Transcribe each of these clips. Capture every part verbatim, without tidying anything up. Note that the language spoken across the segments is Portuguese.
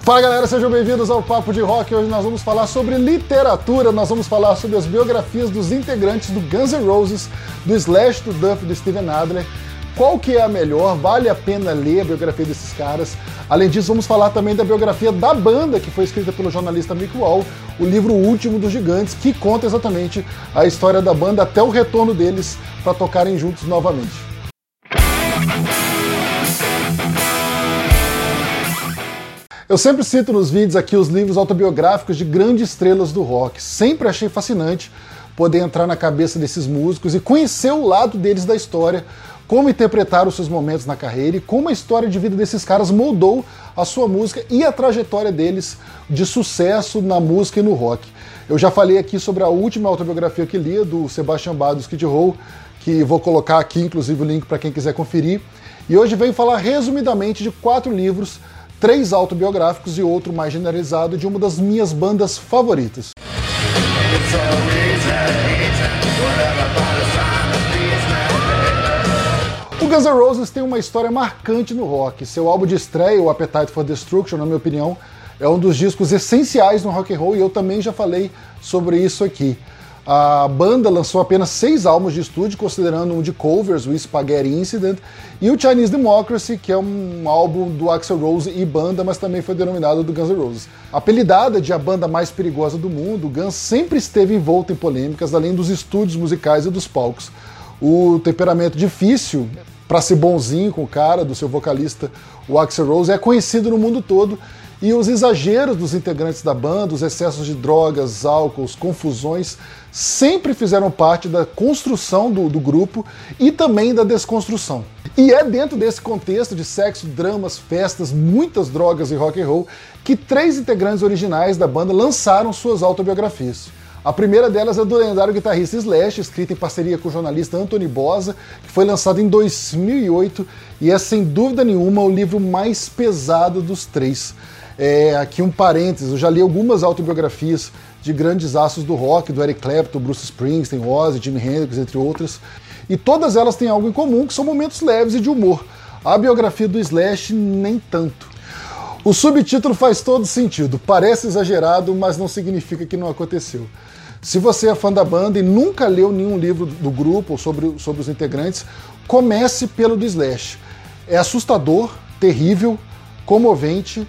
Fala galera, sejam bem-vindos ao Papo de Rock. Hoje nós vamos falar sobre literatura, nós vamos falar sobre as biografias dos integrantes do Guns N' Roses, do Slash, do Duff e do Steven Adler. Qual que é a melhor? Vale a pena ler a biografia desses caras? Além disso, vamos falar também da biografia da banda, que foi escrita pelo jornalista Mick Wall, o livro Último dos Gigantes, que conta exatamente a história da banda até o retorno deles para tocarem juntos novamente. Eu sempre cito nos vídeos aqui os livros autobiográficos de grandes estrelas do rock. Sempre achei fascinante poder entrar na cabeça desses músicos e conhecer o lado deles da história, como interpretaram os seus momentos na carreira e como a história de vida desses caras moldou a sua música e a trajetória deles de sucesso na música e no rock. Eu já falei aqui sobre a última autobiografia que li, do Sebastian Bach do Skid Row, que vou colocar aqui, inclusive, o link para quem quiser conferir. E hoje venho falar resumidamente de quatro livros, três autobiográficos e outro mais generalizado de uma das minhas bandas favoritas. O Guns N' Roses tem uma história marcante no rock. Seu álbum de estreia, o Appetite for Destruction, na minha opinião, é um dos discos essenciais no rock and roll e eu também já falei sobre isso aqui. A banda lançou apenas seis álbuns de estúdio, considerando um de covers, o Spaghetti Incident, e o Chinese Democracy, que é um álbum do Axl Rose e banda, mas também foi denominado do Guns N' Roses. Apelidada de a banda mais perigosa do mundo, o Guns sempre esteve envolto em polêmicas, além dos estúdios musicais e dos palcos. O temperamento difícil para ser bonzinho com o cara, do seu vocalista, o Axl Rose, é conhecido no mundo todo, e os exageros dos integrantes da banda, os excessos de drogas, álcools, confusões, sempre fizeram parte da construção do, do grupo e também da desconstrução. E é dentro desse contexto de sexo, dramas, festas, muitas drogas e rock and roll que três integrantes originais da banda lançaram suas autobiografias. A primeira delas é do lendário guitarrista Slash, escrita em parceria com o jornalista Anthony Bozza, que foi lançado em dois mil e oito e é sem dúvida nenhuma o livro mais pesado dos três. É, aqui um parênteses, eu já li algumas autobiografias de grandes astros do rock, do Eric Clapton, Bruce Springsteen, Ozzy, Jimi Hendrix, entre outras, e todas elas têm algo em comum, que são momentos leves e de humor. A biografia do Slash, nem tanto. O subtítulo faz todo sentido, parece exagerado, mas não significa que não aconteceu. Se você é fã da banda e nunca leu nenhum livro do grupo ou sobre, sobre os integrantes, comece pelo do Slash. É assustador, terrível, comovente,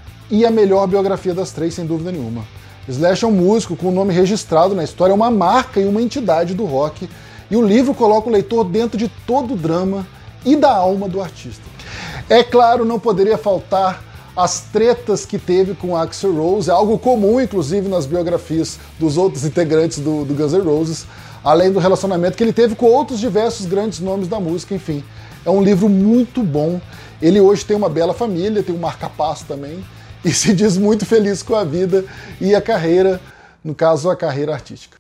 e a melhor biografia das três, sem dúvida nenhuma. Slash é um músico com o nome registrado na história, é uma marca e uma entidade do rock, e o livro coloca o leitor dentro de todo o drama e da alma do artista. É claro, não poderia faltar as tretas que teve com Axl Rose, é algo comum, inclusive, nas biografias dos outros integrantes do, do Guns N' Roses, além do relacionamento que ele teve com outros diversos grandes nomes da música, enfim. É um livro muito bom, ele hoje tem uma bela família, tem um marca-passo também, e se diz muito feliz com a vida e a carreira, no caso, a carreira artística.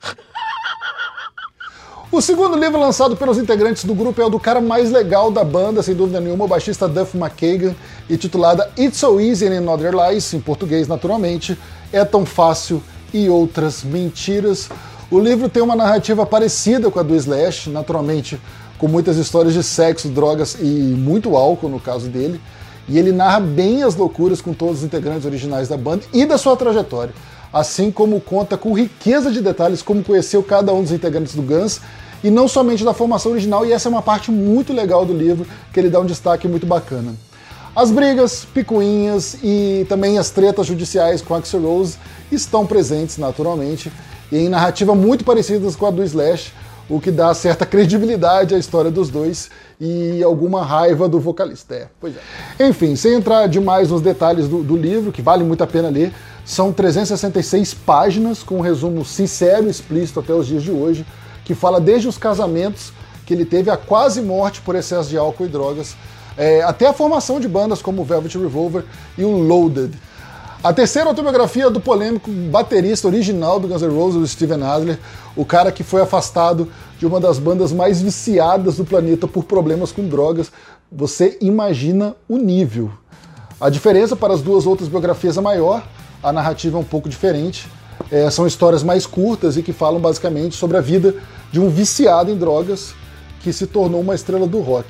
O segundo livro lançado pelos integrantes do grupo é o do cara mais legal da banda, sem dúvida nenhuma, o baixista Duff McKagan, e titulada It's So Easy and Other Lies, em português naturalmente, É Tão Fácil e Outras Mentiras. O livro tem uma narrativa parecida com a do Slash, naturalmente com muitas histórias de sexo, drogas e muito álcool no caso dele, e ele narra bem as loucuras com todos os integrantes originais da banda e da sua trajetória, assim como conta com riqueza de detalhes como conheceu cada um dos integrantes do Guns, e não somente da formação original, e essa é uma parte muito legal do livro, que ele dá um destaque muito bacana. As brigas, picuinhas e também as tretas judiciais com Axl Rose estão presentes naturalmente, e em narrativa muito parecidas com a do Slash, o que dá certa credibilidade à história dos dois e alguma raiva do vocalista. É, pois é. Enfim, sem entrar demais nos detalhes do, do livro, que vale muito a pena ler, são trezentas e sessenta e seis páginas com um resumo sincero e explícito até os dias de hoje, que fala desde os casamentos que ele teve, a quase morte por excesso de álcool e drogas, é, até a formação de bandas como o Velvet Revolver e o Loaded. A terceira autobiografia do polêmico baterista original do Guns N' Roses, o Steven Adler, o cara que foi afastado de uma das bandas mais viciadas do planeta por problemas com drogas. Você imagina o nível. A diferença para as duas outras biografias é maior, a narrativa é um pouco diferente, é, são histórias mais curtas e que falam basicamente sobre a vida de um viciado em drogas que se tornou uma estrela do rock.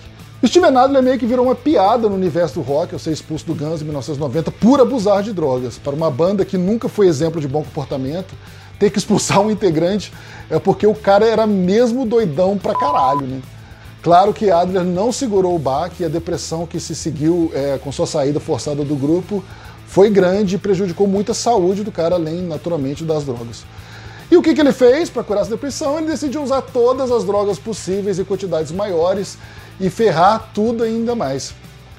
Steven Adler meio que virou uma piada no universo do rock ao ser expulso do Guns em mil novecentos e noventa por abusar de drogas. Para uma banda que nunca foi exemplo de bom comportamento, ter que expulsar um integrante é porque o cara era mesmo doidão pra caralho, né? Claro que Adler não segurou o baque e a depressão que se seguiu é, com sua saída forçada do grupo foi grande e prejudicou muito a saúde do cara, além, naturalmente, das drogas. E o que, que ele fez para curar essa depressão? Ele decidiu usar todas as drogas possíveis em quantidades maiores e ferrar tudo ainda mais.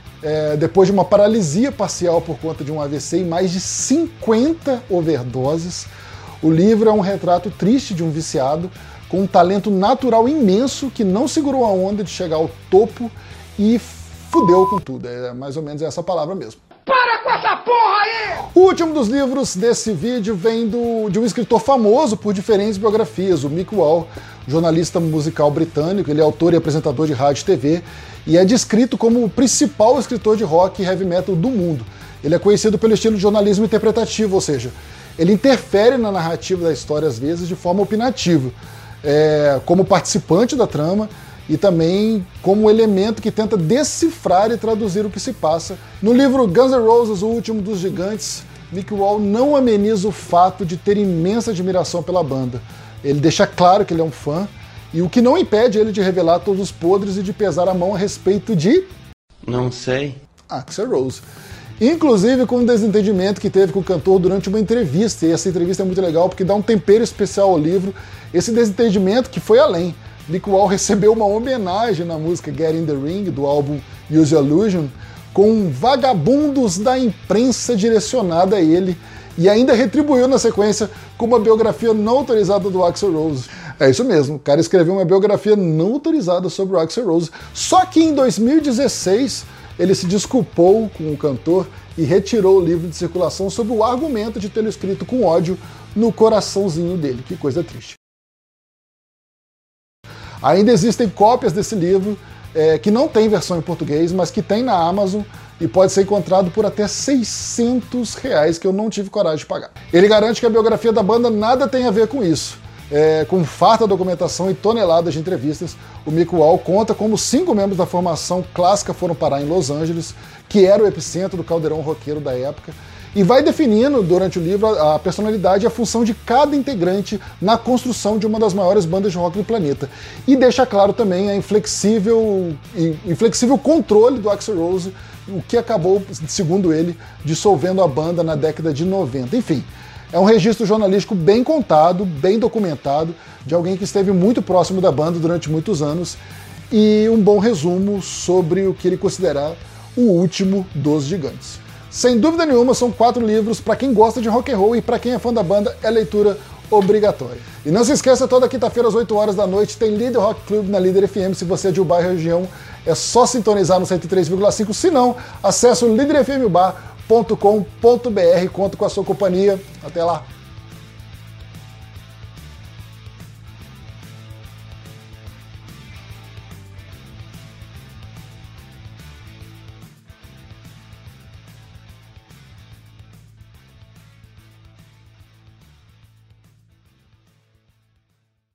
É, depois de uma paralisia parcial por conta de um A V C e mais de cinquenta overdoses, o livro é um retrato triste de um viciado com um talento natural imenso que não segurou a onda de chegar ao topo e fudeu com tudo. É mais ou menos essa palavra mesmo. Para com essa porra aí! O último dos livros desse vídeo vem do, de um escritor famoso por diferentes biografias, o Mick Wall, jornalista musical britânico. Ele é autor e apresentador de rádio e T V e é descrito como o principal escritor de rock e heavy metal do mundo. Ele é conhecido pelo estilo de jornalismo interpretativo, ou seja, ele interfere na narrativa da história às vezes de forma opinativa, é, como participante da trama e também como elemento que tenta decifrar e traduzir o que se passa. No livro Guns N' Roses, O Último dos Gigantes, Mick Wall não ameniza o fato de ter imensa admiração pela banda. Ele deixa claro que ele é um fã, e o que não impede ele de revelar todos os podres e de pesar a mão a respeito de... Não sei. Axl Rose. Inclusive com um desentendimento que teve com o cantor durante uma entrevista, e essa entrevista é muito legal porque dá um tempero especial ao livro. Esse desentendimento que foi além. Mick Wall recebeu uma homenagem na música Get in the Ring, do álbum Use Your Illusion, com vagabundos da imprensa direcionada a ele, e ainda retribuiu na sequência com uma biografia não autorizada do Axl Rose. É isso mesmo, o cara escreveu uma biografia não autorizada sobre o Axl Rose, só que em dois mil e dezesseis ele se desculpou com o cantor e retirou o livro de circulação sob o argumento de tê-lo escrito com ódio no coraçãozinho dele. Que coisa triste. Ainda existem cópias desse livro é, que não tem versão em português, mas que tem na Amazon e pode ser encontrado por até seiscentos reais, que eu não tive coragem de pagar. Ele garante que a biografia da banda nada tem a ver com isso. É, com farta documentação e toneladas de entrevistas, o Mick Wall conta como cinco membros da formação clássica foram parar em Los Angeles, que era o epicentro do caldeirão roqueiro da época, e vai definindo durante o livro a personalidade e a função de cada integrante na construção de uma das maiores bandas de rock do planeta. E deixa claro também a inflexível, inflexível controle do Axl Rose, o que acabou, segundo ele, dissolvendo a banda na década de noventa. Enfim, é um registro jornalístico bem contado, bem documentado, de alguém que esteve muito próximo da banda durante muitos anos, e um bom resumo sobre o que ele considera o último dos gigantes. Sem dúvida nenhuma, são quatro livros para quem gosta de rock and roll, e para quem é fã da banda é leitura obrigatória. E não se esqueça, toda quinta-feira às oito horas da noite tem Líder Rock Club na Líder F M. Se você é de Ubar e região, é só sintonizar no cento e três vírgula cinco. Se não, acesse o líder f m bar ponto com ponto b r. Conto com a sua companhia. Até lá!